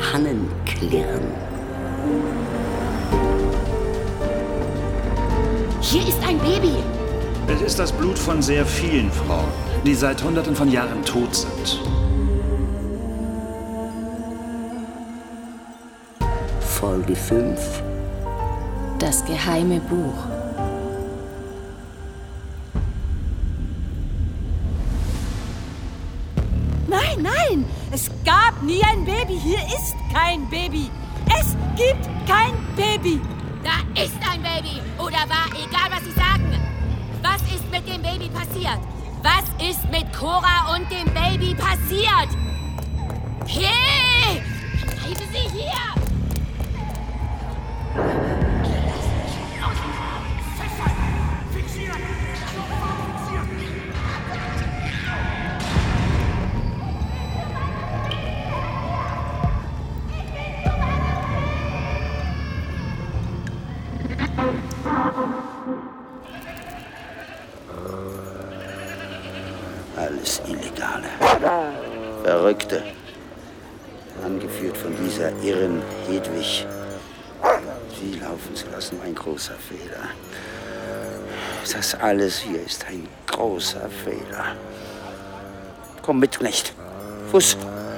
Pannen klirren. Hier ist ein Baby. Es ist das Blut von sehr vielen Frauen, die seit Hunderten von Jahren tot sind. Folge 5. Das geheime Buch. Nein, nein! Es gab nie ein Baby. Hier ist kein Baby. Es gibt kein Baby. Da ist ein Baby. Oder war, egal was Sie sagen. Was ist mit dem Baby passiert? Was ist mit Cora und dem Baby passiert? Hey! Bleiben Sie hier! Alles Illegale. Verrückte. Angeführt von dieser irren Hedwig. Sie laufen zu lassen, ein großer Fehler. Das alles hier ist ein großer Fehler. Komm mit, Knecht. Fuß.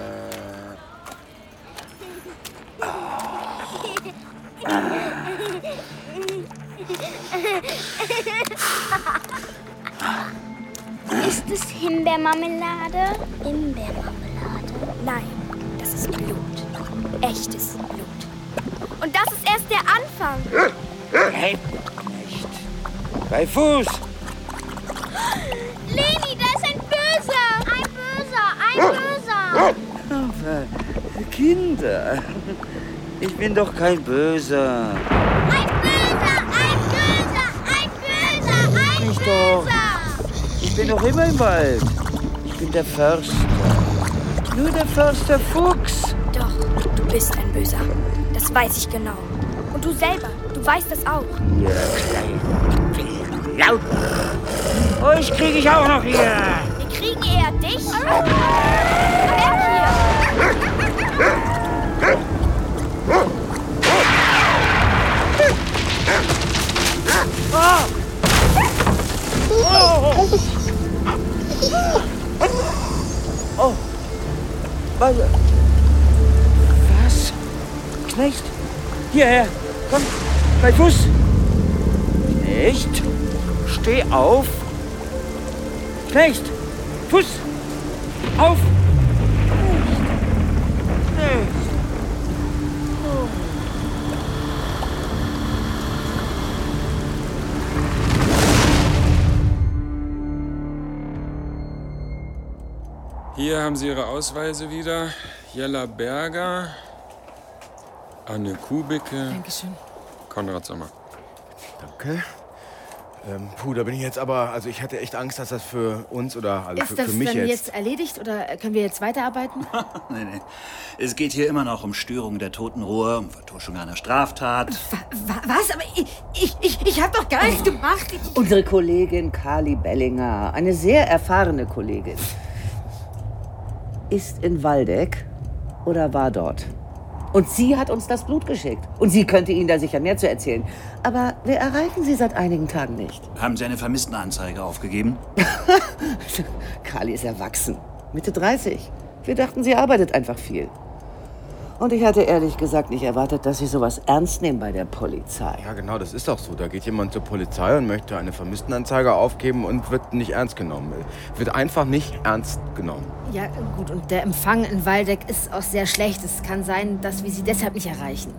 Ist es Himbeermarmelade? Himbeermarmelade? Nein, das ist Blut. Echtes Blut. Und das ist erst der Anfang. Hey, Knecht. Bei Fuß. Leni, da ist ein Böser! Ein Böser! Aber, Kinder, ich bin doch kein Böser. Ein Böser! Ich doch. Ich bin doch immer im Wald. Ich bin der Förster. Nur der Förster Fuchs. Doch, du bist ein Böser. Das weiß ich genau. Und du selber, du weißt das auch. Ja, klein. Laut. Euch kriege ich auch noch hier. Wir kriegen eher dich. Komm her hier. Oh. Was? Knecht? Hierher. Komm. Bei Fuß. Knecht. Steh auf. Knecht. Fuß. Auf. Knecht. Hier haben Sie Ihre Ausweise wieder. Jella Berger, Anne Kubicke. Dankeschön. Konrad Sommer. Danke. Da bin ich jetzt aber, also ich hatte echt Angst, dass das für uns oder also Ist das für mich denn jetzt erledigt oder können wir jetzt weiterarbeiten? Nee. Es geht hier immer noch um Störung der Totenruhe, um Vertuschung einer Straftat. Was? Aber ich hab doch gar nichts gemacht. Unsere Kollegin Carly Bellinger, eine sehr erfahrene Kollegin, ist in Waldeck oder war dort. Und sie hat uns das Blut geschickt. Und sie könnte Ihnen da sicher mehr zu erzählen. Aber wir erreichen sie seit einigen Tagen nicht. Haben Sie eine Vermisstenanzeige aufgegeben? Carly ist erwachsen. Mitte 30. Wir dachten, sie arbeitet einfach viel. Und ich hatte ehrlich gesagt nicht erwartet, dass sie sowas ernst nehmen bei der Polizei. Ja, genau, das ist doch so. Da geht jemand zur Polizei und möchte eine Vermisstenanzeige aufgeben und wird nicht ernst genommen. Wird einfach nicht ernst genommen. Ja, gut. Und der Empfang in Waldeck ist auch sehr schlecht. Es kann sein, dass wir sie deshalb nicht erreichen.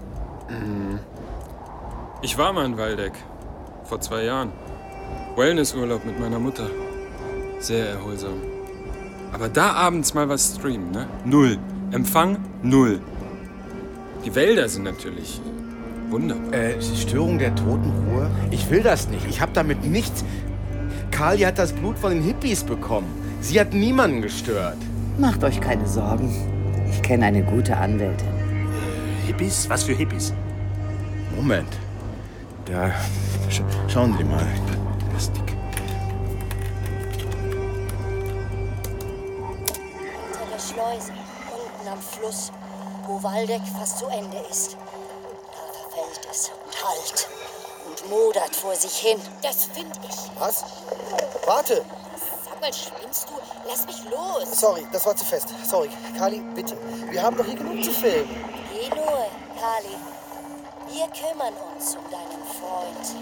Ich war mal in Waldeck. Vor 2 Jahren. Wellnessurlaub mit meiner Mutter. Sehr erholsam. Aber da abends mal was streamen, ne? 0. Empfang 0. Die Wälder sind natürlich wunderbar. Störung der Totenruhe? Ich will das nicht. Ich habe damit nichts. Carly hat das Blut von den Hippies bekommen. Sie hat niemanden gestört. Macht euch keine Sorgen. Ich kenne eine gute Anwältin. Hippies? Was für Hippies? Moment. Da. Schauen Sie mal. Der ist dick. Hinter der Schleuse, unten am Fluss. wo Waldeck fast zu Ende ist. Da verfällt es und hallt und modert vor sich hin. Das finde ich. Was? Warte! Sag mal, spinnst du? Lass mich los. Sorry, das war zu fest. Sorry. Kali, bitte. Wir haben doch hier genug zu filmen. Geh nur, Kali. Wir kümmern uns um deinen Freund.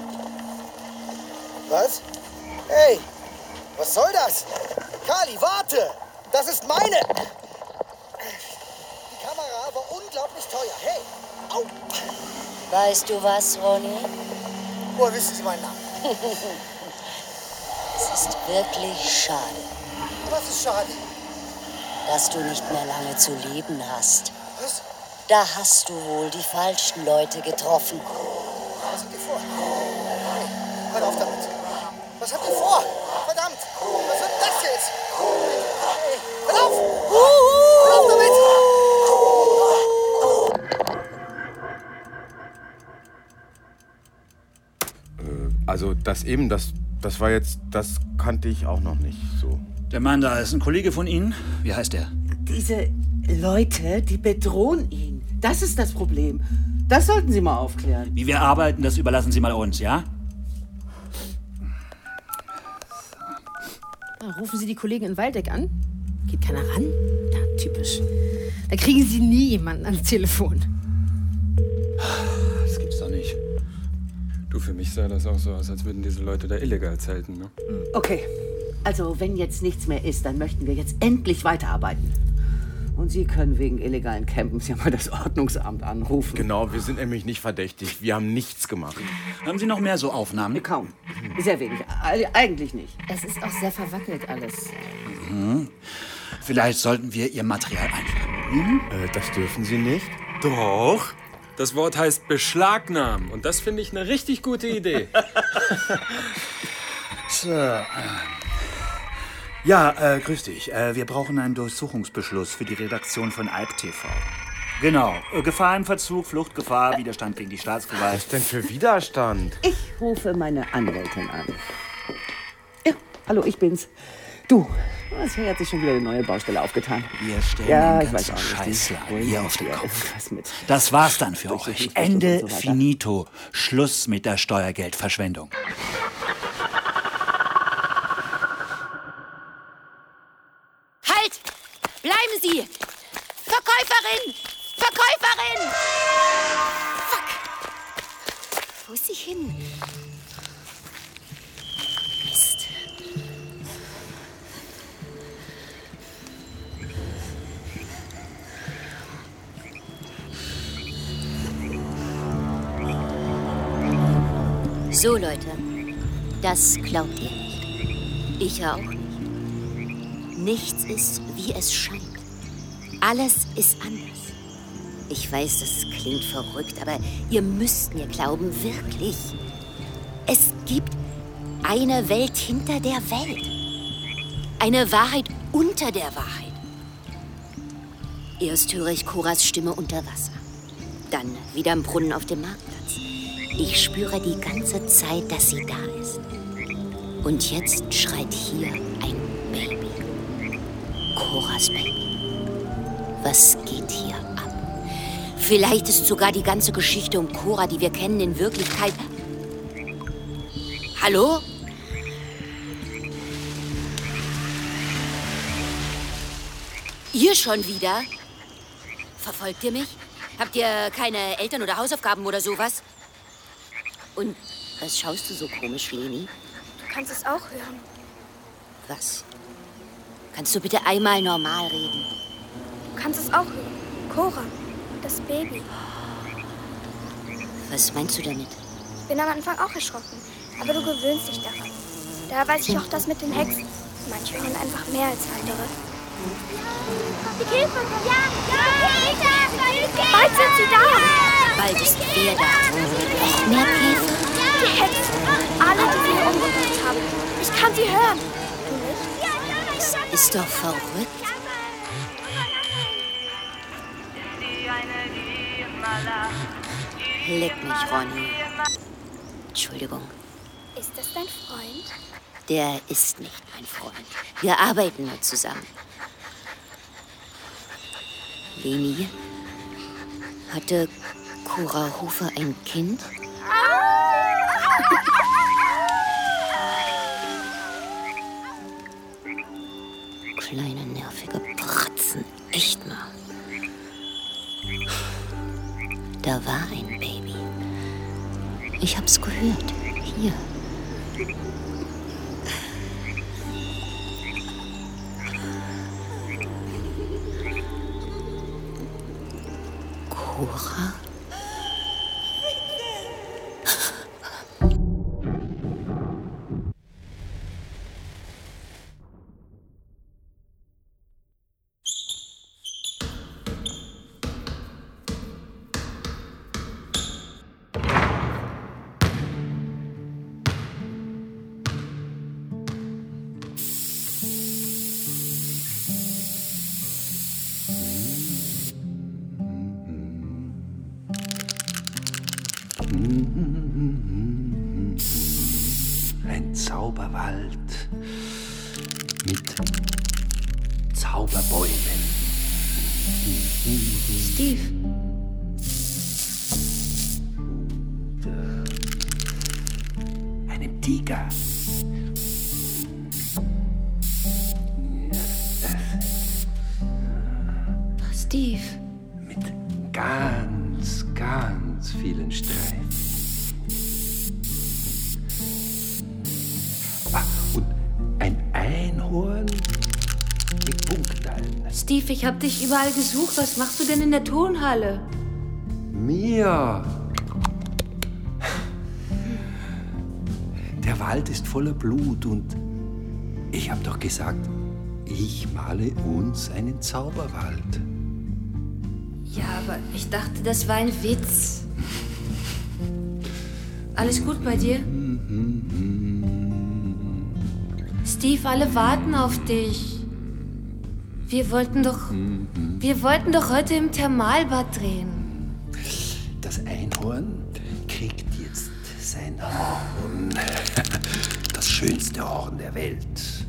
Was? Hey! Was soll das? Kali, warte! Das ist meine! Die Kamera war unglaublich teuer. Hey! Au! Weißt du was, Ronny? Woher wissen Sie meinen Namen? Es ist wirklich schade. Was ist schade? Dass du nicht mehr lange zu leben hast. Was? Da hast du wohl die falschen Leute getroffen. Was habt ihr vor? Hey, hört auf damit. Was habt ihr vor? Verdammt! Was wird das jetzt? Hey, hört auf! Hört auf damit! Also das eben, das war jetzt, das kannte ich auch noch nicht so. Der Mann da ist ein Kollege von Ihnen. Wie heißt er? Diese Leute, die bedrohen ihn. Das ist das Problem. Das sollten Sie mal aufklären. Wie wir arbeiten, das überlassen Sie mal uns, ja? Rufen Sie die Kollegen in Waldeck an? Geht keiner ran? Ja, typisch. Da kriegen Sie nie jemanden ans Telefon. Das gibt's doch nicht. Du, für mich sah das auch so aus, als würden diese Leute da illegal zelten, ne? Okay, also wenn jetzt nichts mehr ist, dann möchten wir jetzt endlich weiterarbeiten. Und Sie können wegen illegalen Campens ja mal das Ordnungsamt anrufen. Genau, wir sind nämlich nicht verdächtig. Wir haben nichts gemacht. Haben Sie noch mehr so Aufnahmen? Kaum. Sehr wenig. Eigentlich nicht. Es ist auch sehr verwackelt alles. Vielleicht sollten wir Ihr Material einfangen. Das dürfen Sie nicht. Doch. Das Wort heißt beschlagnahmen. Und das finde ich eine richtig gute Idee. So. Ja, grüß dich. Wir brauchen einen Durchsuchungsbeschluss für die Redaktion von Alp TV. Genau. Gefahr im Verzug, Fluchtgefahr, Widerstand gegen die Staatsgewalt. Was denn für Widerstand? Ich rufe meine Anwältin an. Ja, hallo, ich bin's. Du, hier hat sich schon wieder eine neue Baustelle aufgetan. Wir stellen ja, den ich weiß ganzen auch nicht. Scheißladen hier auf den Ja, Kopf. was mit. Das war's dann für euch. Durchsuchungsbeschluss Ende und so weiter. finito. Schluss mit der Steuergeldverschwendung. Halt! Bleiben Sie! Verkäuferin! Verkäuferin! Fuck! Wo ist sie hin? Mist. So, Leute, das glaubt ihr nicht. Ich auch nicht. Nichts ist, wie es scheint. Alles ist anders. Ich weiß, das klingt verrückt, aber ihr müsst mir glauben, wirklich. Es gibt eine Welt hinter der Welt. Eine Wahrheit unter der Wahrheit. Erst höre ich Coras Stimme unter Wasser. Dann wieder im Brunnen auf dem Marktplatz. Ich spüre die ganze Zeit, dass sie da ist. Und jetzt schreit hier ein Baby. Coras Baby. Was geht hier ab? Vielleicht ist sogar die ganze Geschichte um Cora, die wir kennen, in Wirklichkeit... Hallo? Ihr schon wieder? Verfolgt ihr mich? Habt ihr keine Eltern oder Hausaufgaben oder sowas? Und was schaust du so komisch, Leni? Du kannst es auch hören. Was? Kannst du bitte einmal normal reden? Du kannst es auch hören. Cora, das Baby. Was meinst du damit? Ich bin am Anfang auch erschrocken, aber du gewöhnst dich daran. Da weiß ich auch das mit den Hexen. Manche hören einfach mehr als andere. Die Käfer! Bald sind sie da! Bald ist wer da? Noch mehr Käfer? Die Hexen! Alle, die sie hier umgebracht haben. Ich kann sie hören. Du nicht? Das ist doch verrückt. Leck mich, Ronny. Entschuldigung. Ist das dein Freund? Der ist nicht mein Freund. Wir arbeiten nur zusammen. Leni, Hatte Cora Hofer ein Kind? Kleine nervige Bratzen, echt mal. Da war ein Baby. Ich hab's gehört. Hier. Cora? Ein Zauberwald mit Zauberbäumen. Steve. Und einem Tiger. Steve. Mit ganz, ganz vielen Streifen. Und ein Einhorn mit Punktteilen. Steve, ich hab dich überall gesucht. Was machst du denn in der Turnhalle? Mia! Der Wald ist voller Blut und ich hab doch gesagt, ich male uns einen Zauberwald. Ja, aber ich dachte, das war ein Witz. Alles gut bei dir? Steve, alle warten auf dich. Wir wollten doch heute im Thermalbad drehen. Das Einhorn kriegt jetzt sein Horn. Das schönste Horn der Welt.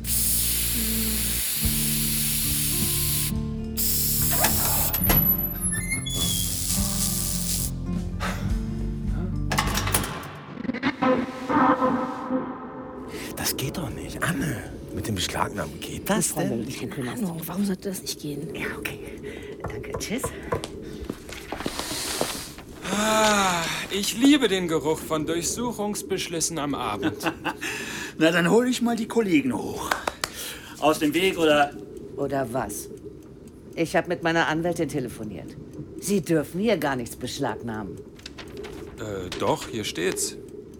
Das geht doch nicht. Anne, mit dem Beschlagnahmen geht das denn? Keine Ahnung, warum sollte das nicht gehen? Ja, okay. Danke, tschüss. Ich liebe den Geruch von Durchsuchungsbeschlüssen am Abend. Na, dann hole ich mal die Kollegen hoch. Aus dem Weg oder... Oder was? Ich habe mit meiner Anwältin telefoniert. Sie dürfen hier gar nichts beschlagnahmen. Doch, hier steht's.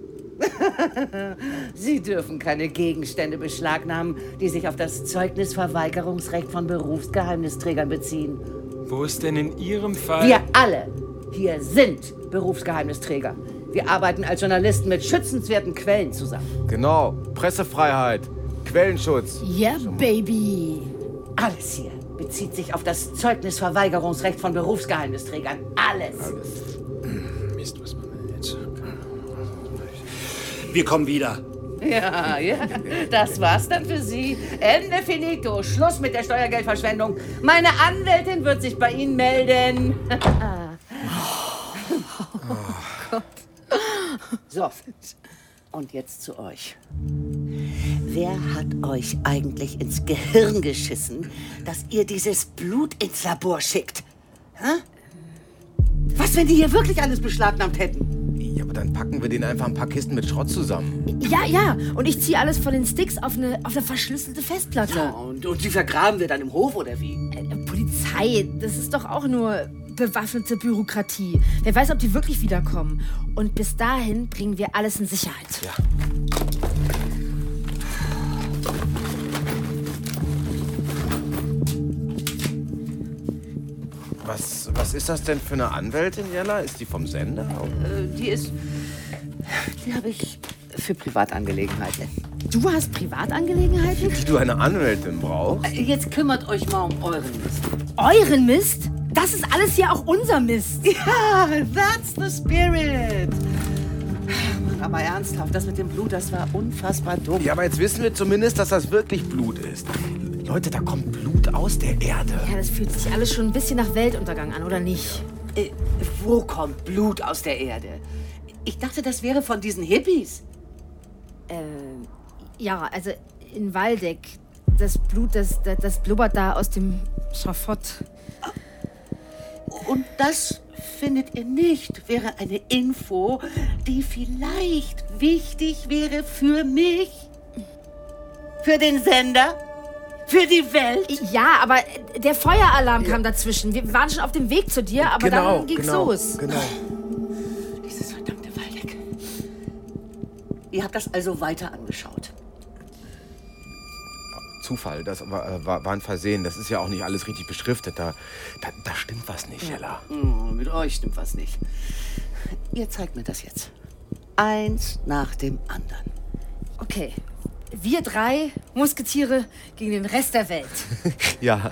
Sie dürfen keine Gegenstände beschlagnahmen, die sich auf das Zeugnisverweigerungsrecht von Berufsgeheimnisträgern beziehen. Wo ist denn in Ihrem Fall... Wir alle hier sind Berufsgeheimnisträger. Wir arbeiten als Journalisten mit schützenswerten Quellen zusammen. Genau, Pressefreiheit, Quellenschutz. Ja, Baby. Alles hier bezieht sich auf das Zeugnisverweigerungsrecht von Berufsgeheimnisträgern. Alles. Mist, was machen wir jetzt? Wir kommen wieder. Ja, das war's dann für Sie. Ende finito. Schluss mit der Steuergeldverschwendung. Meine Anwältin wird sich bei Ihnen melden. Oh Gott. So, und jetzt zu euch. Wer hat euch eigentlich ins Gehirn geschissen, dass ihr dieses Blut ins Labor schickt? Hä? Was, wenn die hier wirklich alles beschlagnahmt hätten? Ja, aber dann packen wir denen einfach ein paar Kisten mit Schrott zusammen. Ja. Und ich ziehe alles von den Sticks auf eine verschlüsselte Festplatte. Ja, und die vergraben wir dann im Hof, oder wie? Polizei, das ist doch auch nur bewaffnete Bürokratie. Wer weiß, ob die wirklich wiederkommen. Und bis dahin bringen wir alles in Sicherheit. Ja. Was ist das denn für eine Anwältin, Jella? Ist die vom Sender? Die habe ich für Privatangelegenheiten. Du hast Privatangelegenheiten? Die du eine Anwältin brauchst? Jetzt kümmert euch mal um euren Mist. Euren Mist? Das ist alles hier auch unser Mist. Ja, that's the spirit. Mann, aber ernsthaft, das mit dem Blut, das war unfassbar dumm. Ja, aber jetzt wissen wir zumindest, dass das wirklich Blut ist. Leute, da kommt Blut aus der Erde. Ja, das fühlt sich alles schon ein bisschen nach Weltuntergang an, oder nicht? Wo kommt Blut aus der Erde? Ich dachte, das wäre von diesen Hippies. Ja, also in Waldeck. Das Blut, das blubbert da aus dem Schafott. Und das, findet ihr nicht, wäre eine Info, die vielleicht wichtig wäre für mich? Für den Sender? Für die Welt? Ja, aber der Feueralarm kam dazwischen. Wir waren schon auf dem Weg zu dir, aber dann ging's los. Genau. Dieses verdammte Waldeck. Ihr habt das also weiter angeschaut. Zufall, das war ein Versehen. Das ist ja auch nicht alles richtig beschriftet. Da stimmt was nicht, Ella. Mit euch stimmt was nicht. Ihr zeigt mir das jetzt. Eins nach dem anderen. Okay, wir 3 Musketiere gegen den Rest der Welt. Ja.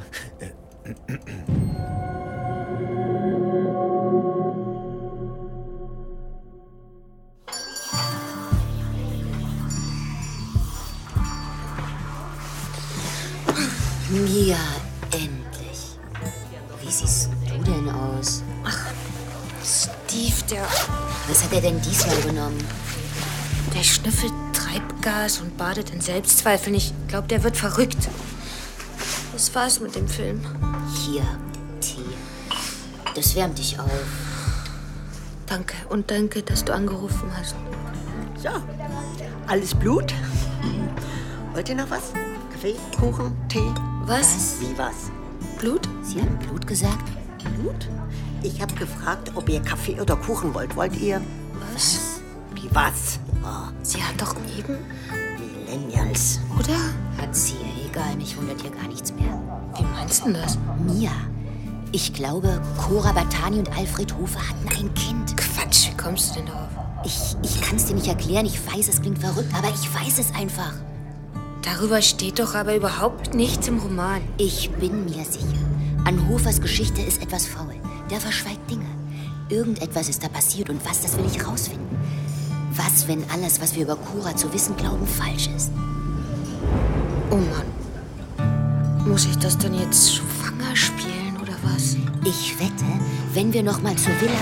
Mia, endlich. Wie siehst du denn aus? Ach, Steve, der... Was hat er denn diesmal genommen? Der schnüffelt Treibgas und badet in Selbstzweifeln. Ich glaube, der wird verrückt. Das war's mit dem Film. Hier, Tee. Das wärmt dich auf. Danke und danke, dass du angerufen hast. So, alles Blut? Wollt ihr noch was? Kaffee, Kuchen, Tee? Was? Wie was? Blut? Sie haben Blut gesagt? Blut? Ich habe gefragt, ob ihr Kaffee oder Kuchen wollt. Wollt ihr? Was? Wie was? Oh. Sie hat doch eben... Millennials. Oder? Hat sie. Egal, mich wundert hier gar nichts mehr. Wie meinst du das? Mia. Ich glaube, Cora Batani und Alfred Hofer hatten ein Kind. Quatsch, wie kommst du denn darauf? Ich kann es dir nicht erklären. Ich weiß, es klingt verrückt, aber ich weiß es einfach. Darüber steht doch aber überhaupt nichts im Roman. Ich bin mir sicher. An Hofers Geschichte ist etwas faul. Der verschweigt Dinge. Irgendetwas ist da passiert und was, das will ich rausfinden. Was, wenn alles, was wir über Cora zu wissen glauben, falsch ist? Oh Mann. Muss ich das dann jetzt schwanger spielen oder was? Ich wette, wenn wir noch mal zur Villa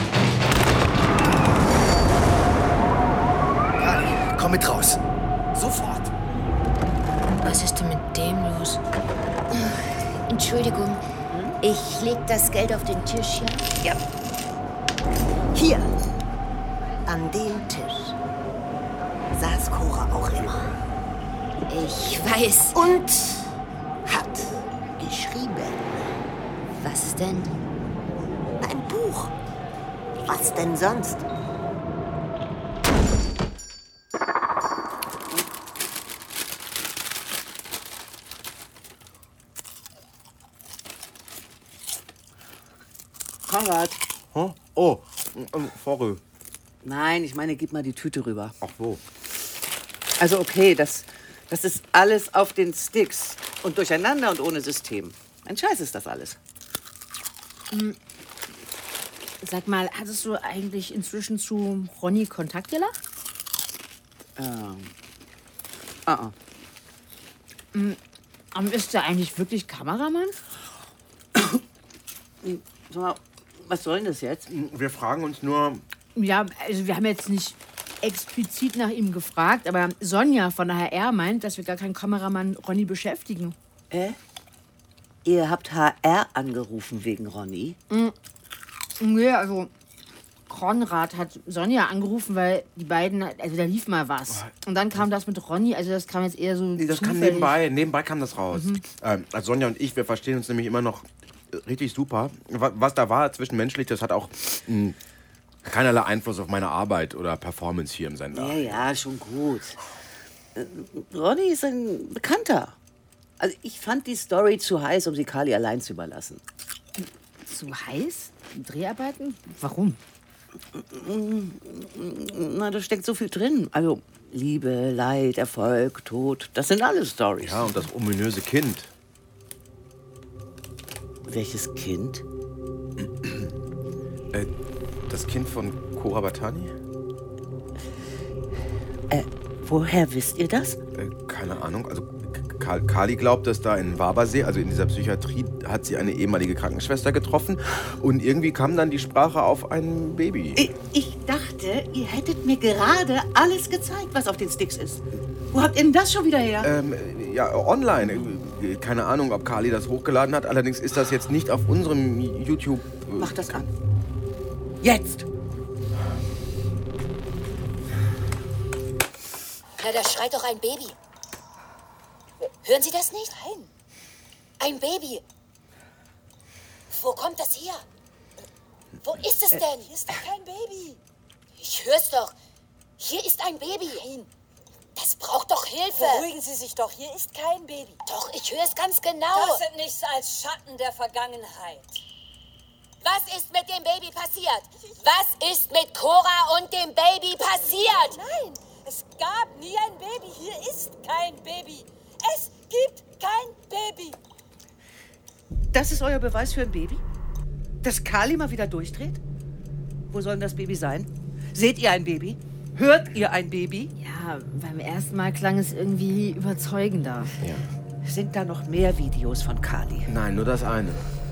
Kali, komm mit raus. Sofort. Was ist denn mit dem los? Entschuldigung, ich leg das Geld auf den Tisch hier. Ja. Hier, an dem Tisch, saß Cora auch immer. Ich weiß. Und hat geschrieben. Was denn? Ein Buch. Was denn sonst? Konrad. Huh? Oh, sorry. Nein, ich meine, gib mal die Tüte rüber. Ach wo. Also okay, das ist alles auf den Sticks. Und durcheinander und ohne System. Ein Scheiß ist das alles. Sag mal, hattest du eigentlich inzwischen zu Ronny Kontakt gelacht? Ist der eigentlich wirklich Kameramann? Sag mal, was soll denn das jetzt? Wir fragen uns nur... Ja, also wir haben jetzt nicht explizit nach ihm gefragt, aber Sonja von der HR meint, dass wir gar keinen Kameramann Ronny beschäftigen. Ihr habt HR angerufen wegen Ronny? Nee, also Konrad hat Sonja angerufen, weil die beiden, also da lief mal was. Und dann kam das mit Ronny, also das kam jetzt eher so Das kam zufällig. nebenbei kam das raus. Also Sonja und ich, wir verstehen uns nämlich immer noch richtig super. Was da war zwischenmenschlich, das hat auch keinerlei Einfluss auf meine Arbeit oder Performance hier im Sender. Ja, schon gut. Ronny ist ein Bekannter. Also ich fand die Story zu heiß, um sie Kali allein zu überlassen. Zu heiß? Dreharbeiten? Warum? Na, da steckt so viel drin. Also Liebe, Leid, Erfolg, Tod, das sind alles Storys. Ja, und das ominöse Kind. Welches Kind? Das Kind von Cora Batani? Woher wisst ihr das? Keine Ahnung. Also Kali glaubt, dass da in Wabersee, also in dieser Psychiatrie, hat sie eine ehemalige Krankenschwester getroffen. Und irgendwie kam dann die Sprache auf ein Baby. Ich dachte, ihr hättet mir gerade alles gezeigt, was auf den Sticks ist. Wo habt ihr denn das schon wieder her? Ja, online. Keine Ahnung, ob Kali das hochgeladen hat. Allerdings ist das jetzt nicht auf unserem YouTube... Mach das an. Jetzt! Na, da schreit doch ein Baby. Hören Sie das nicht? Nein. Ein Baby. Wo kommt das her? Wo ist es denn? Hier ist doch kein Baby. Ich hör's doch. Hier ist ein Baby. Nein. Das braucht doch Hilfe. Beruhigen Sie sich doch. Hier ist kein Baby. Doch, ich höre es ganz genau. Das sind nichts als Schatten der Vergangenheit. Was ist mit dem Baby passiert? Was ist mit Cora und dem Baby passiert? Nein, es gab nie ein Baby. Hier ist kein Baby. Es gibt kein Baby. Das ist euer Beweis für ein Baby? Dass Kali mal wieder durchdreht? Wo soll denn das Baby sein? Seht ihr ein Baby? Hört ihr ein Baby? Ja, beim ersten Mal klang es irgendwie überzeugender. Ja. Sind da noch mehr Videos von Kali? Nein, nur das eine.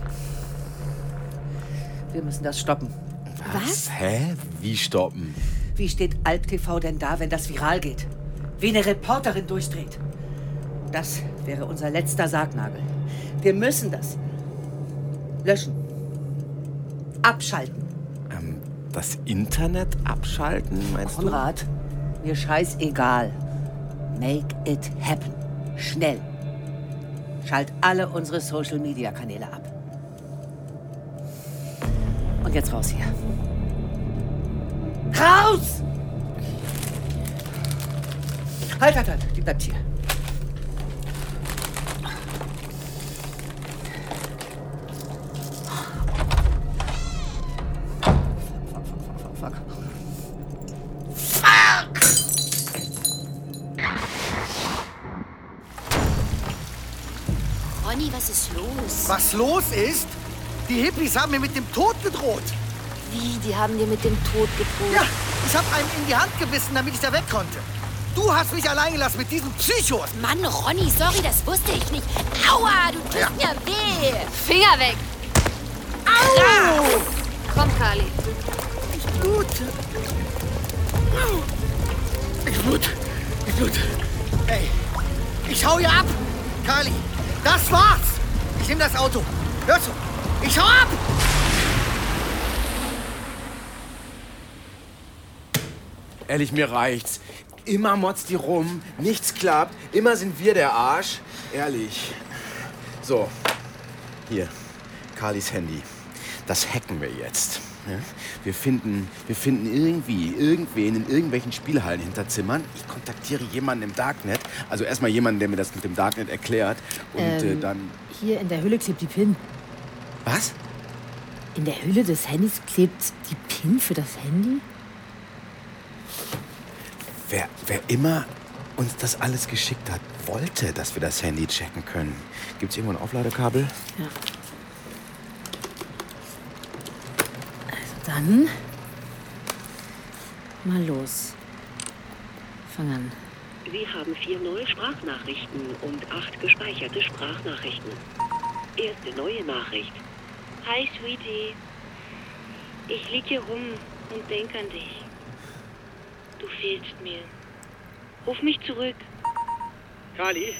Wir müssen das stoppen. Was? Hä? Wie stoppen? Wie steht Alp TV denn da, wenn das viral geht? Wie eine Reporterin durchdreht? Das wäre unser letzter Sargnagel. Wir müssen das löschen. Abschalten. Das Internet abschalten, meinst du? Konrad, mir scheißegal. Make it happen. Schnell. Schalt alle unsere Social-Media-Kanäle ab. Und jetzt raus hier. Raus! Halt, die bleibt hier. Ronny, was ist los? Was los ist? Die Hippies haben mir mit dem Tod gedroht. Wie, die haben dir mit dem Tod gedroht? Ja, ich habe einen in die Hand gebissen, damit ich da weg konnte. Du hast mich allein gelassen mit diesem Psychos. Mann, Ronny, sorry, das wusste ich nicht. Aua, du tust mir weh. Finger weg! Au! Krass. Komm, Kali. Ich blute. Ich blute. Ey, ich hau hier ab. Kali, das war's. Ich nehm das Auto. Hörst du? Ich hau ab. Ehrlich, mir reicht's. Immer motzt die rum, nichts klappt, immer sind wir der Arsch. Ehrlich. So, hier, Kalis Handy. Das hacken wir jetzt. Ja? Wir finden irgendwen in irgendwelchen Spielhallen hinterzimmern. Ich kontaktiere jemanden im Darknet. Also erstmal jemanden, der mir das mit dem Darknet erklärt. Und dann... Hier in der Hülle klebt die PIN. Was? In der Hülle des Handys klebt die PIN für das Handy? Wer immer uns das alles geschickt hat, wollte, dass wir das Handy checken können. Gibt's irgendwo ein Aufladekabel? Ja. Also dann... mal los. Fang an. Sie haben 4 neue Sprachnachrichten und 8 gespeicherte Sprachnachrichten. Erste neue Nachricht. Hi, Sweetie. Ich lieg hier rum und denk an dich. Du fehlst mir. Ruf mich zurück. Kali,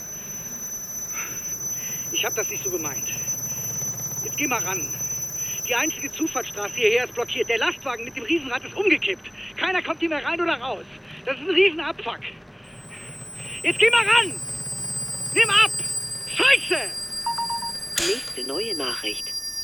ich hab das nicht so gemeint. Jetzt geh mal ran. Die einzige Zufahrtsstraße hierher ist blockiert. Der Lastwagen mit dem Riesenrad ist umgekippt. Keiner kommt hier mehr rein oder raus. Das ist ein Riesenabfuck. Jetzt geh mal ran! Nimm ab! Scheiße! Nächste neue Nachricht.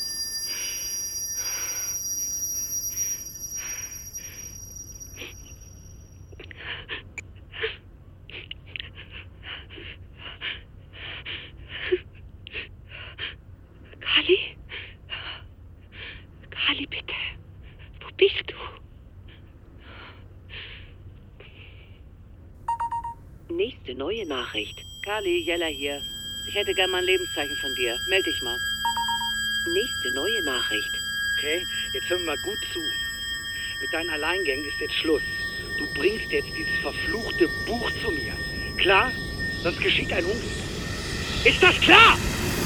Kali, bitte. Wo bist du? Nächste neue Nachricht. Kali, Jella hier. Ich hätte gern mal ein Lebenszeichen von dir. Meld dich mal. Nächste neue Nachricht. Okay, jetzt hör mir mal gut zu. Mit deinen Alleingängen ist jetzt Schluss. Du bringst jetzt dieses verfluchte Buch zu mir. Klar? Sonst geschieht ein Unglück. Ist das klar?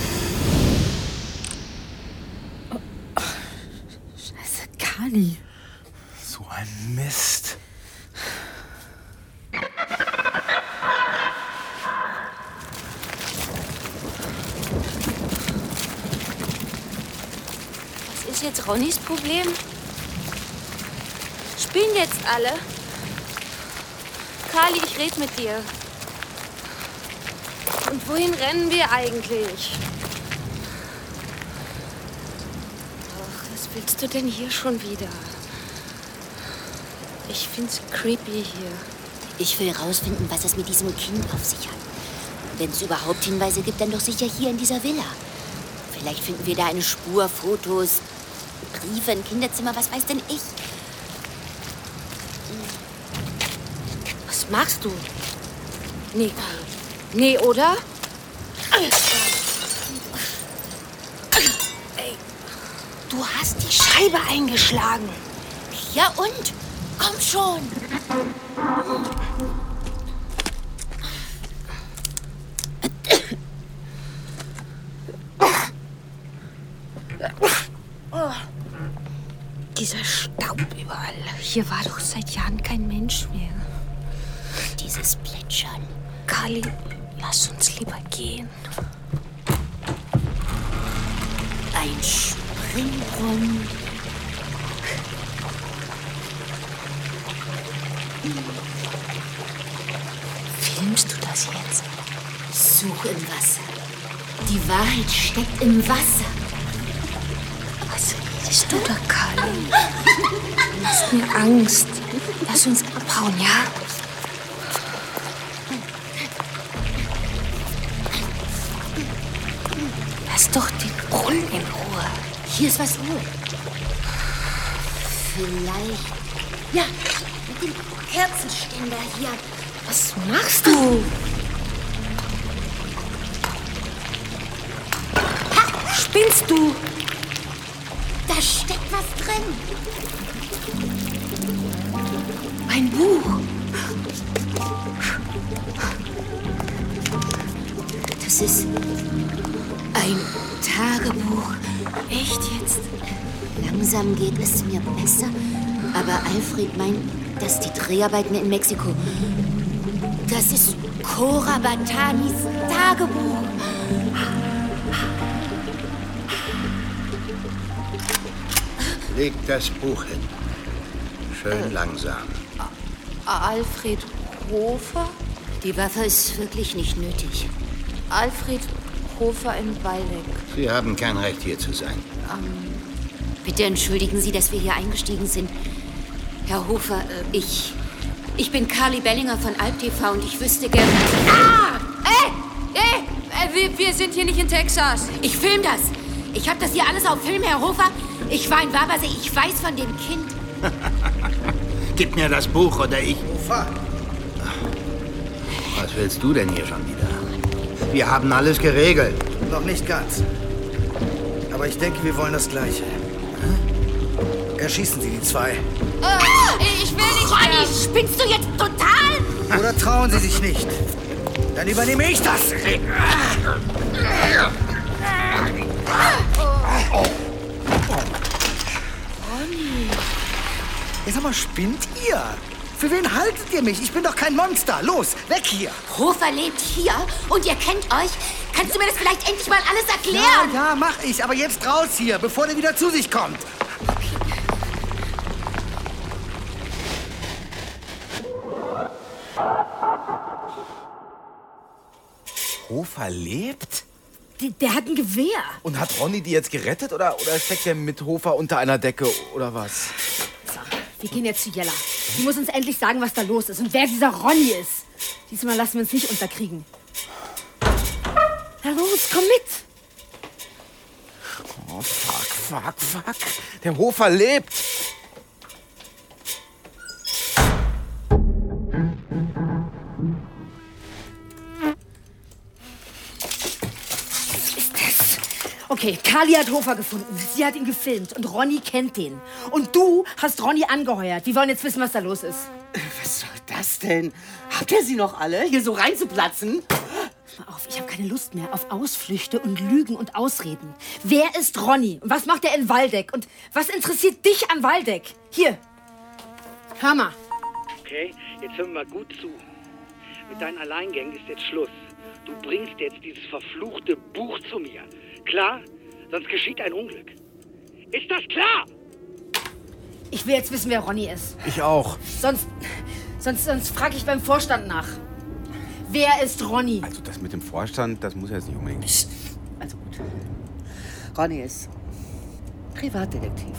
Scheiße, Kali. So ein Mist. Was ist jetzt Ronnys Problem? Spielen jetzt alle? Kali, ich red mit dir. Und wohin rennen wir eigentlich? Ach, was willst du denn hier schon wieder? Ich find's creepy hier. Ich will rausfinden, was es mit diesem Kind auf sich hat. Wenn es überhaupt Hinweise gibt, dann doch sicher hier in dieser Villa. Vielleicht finden wir da eine Spur, Fotos, Briefe, ein Kinderzimmer, was weiß denn ich. Was machst du? Nee. Nee, oder? Ey, du hast die Scheibe eingeschlagen. Ja und? Komm schon. Dieser Staub überall. Hier war doch seit Jahren kein Mensch mehr. Dieses Plätschern. Kali, lass uns lieber gehen. Ein Springbrunnen. Filmst du das jetzt? Such im Wasser. Die Wahrheit steckt im Wasser. Was redest du da, Kali? Du machst mir Angst. Lass uns abhauen, ja? Lass doch den Brunnen in Ruhe. Hier ist was Ruhe. Vielleicht. Ja, mit dem Kerzenständer hier. Was machst du? Ha, spinnst du? Da steckt was drin. Ein Buch. Das ist ein Tagebuch. Echt jetzt? Langsam geht es mir besser, aber Alfred meint, dass die Dreharbeiten in Mexiko. Das ist Cora Batanis Tagebuch. Leg das Buch hin. Schön langsam. Alfred Hofer? Die Waffe ist wirklich nicht nötig. Alfred Hofer in Waldeck. Sie haben kein Recht, hier zu sein. Bitte entschuldigen Sie, dass wir hier eingestiegen sind. Herr Hofer, ich bin Carly Bellinger von Alp TV und ich wüsste gerne... Ah! Wir sind hier nicht in Texas. Ich film das. Ich habe das hier alles auf Film, Herr Hofer. Ich war in Wabersee, ich weiß von dem Kind. Gib mir das Buch oder ich... Hofer! Was willst du denn hier schon wieder? Wir haben alles geregelt. Noch nicht ganz. Aber ich denke, wir wollen das Gleiche. Erschießen Sie die zwei. Ich will nicht Ronny, mehr. spinnst du jetzt total? Oder trauen Sie sich nicht? Dann übernehme ich das. Ronny. Jetzt sag mal, spinnt ihr? Für wen haltet ihr mich? Ich bin doch kein Monster. Los, weg hier. Hofer lebt hier und ihr kennt euch. Kannst du mir das vielleicht endlich mal alles erklären? Ja, mach ich. Aber jetzt raus hier, bevor der wieder zu sich kommt. Hofer lebt? Der hat ein Gewehr. Und hat Ronny die jetzt gerettet oder steckt er mit Hofer unter einer Decke oder was? So, wir gehen jetzt zu Jella. Die muss uns endlich sagen, was da los ist und wer dieser Ronny ist. Diesmal lassen wir uns nicht unterkriegen. Na los, komm mit. Oh, fuck. Der Hofer lebt. Okay, Carly hat Hofer gefunden. Sie hat ihn gefilmt und Ronny kennt den. Und du hast Ronny angeheuert. Wir wollen jetzt wissen, was da los ist. Was soll das denn? Habt ihr sie noch alle, hier so reinzuplatzen? Pass mal auf, ich habe keine Lust mehr auf Ausflüchte und Lügen und Ausreden. Wer ist Ronny? Und was macht er in Waldeck? Und was interessiert dich an Waldeck? Hier, hör mal. Okay, jetzt hör mir mal gut zu. Mit deinen Alleingängen ist jetzt Schluss. Du bringst jetzt dieses verfluchte Buch zu mir. Klar? Sonst geschieht ein Unglück. Ist das klar? Ich will jetzt wissen, wer Ronny ist. Ich auch. Sonst frage ich beim Vorstand nach. Wer ist Ronny? Also das mit dem Vorstand, das muss jetzt nicht unbedingt. Also gut. Ronny ist Privatdetektiv.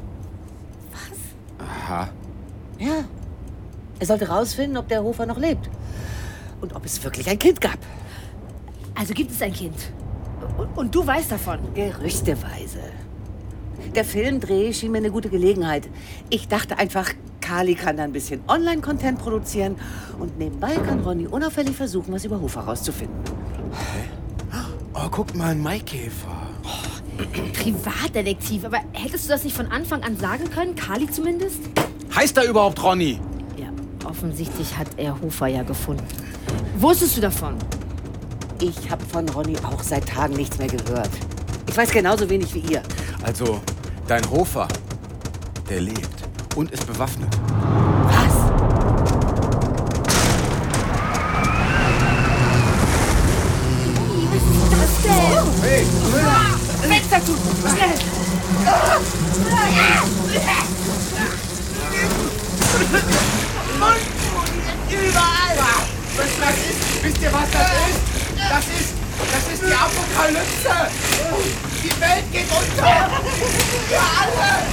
Aha. Ja. Er sollte rausfinden, ob der Hofer noch lebt. Und ob es wirklich ein Kind gab. Also gibt es ein Kind. Und du weißt davon? Gerüchteweise. Der Filmdreh schien mir eine gute Gelegenheit. Ich dachte einfach, Kali kann da ein bisschen Online-Content produzieren und nebenbei kann Ronny unauffällig versuchen, was über Hofer rauszufinden. Oh, guck mal, ein Maikäfer. Privatdetektiv, aber hättest du das nicht von Anfang an sagen können? Kali zumindest? Heißt er überhaupt Ronny? Ja, offensichtlich hat er Hofer ja gefunden. Wusstest du davon? Ich habe von Ronny auch seit Tagen nichts mehr gehört. Ich weiß genauso wenig wie ihr. Also, dein Hofer, der lebt und ist bewaffnet. Was? Was ist das denn? Hey, Fenster zu! Schnell! Überall! Das ist, wisst ihr, was das ist? Das ist die Apokalypse! Die Welt geht unter! Wir alle!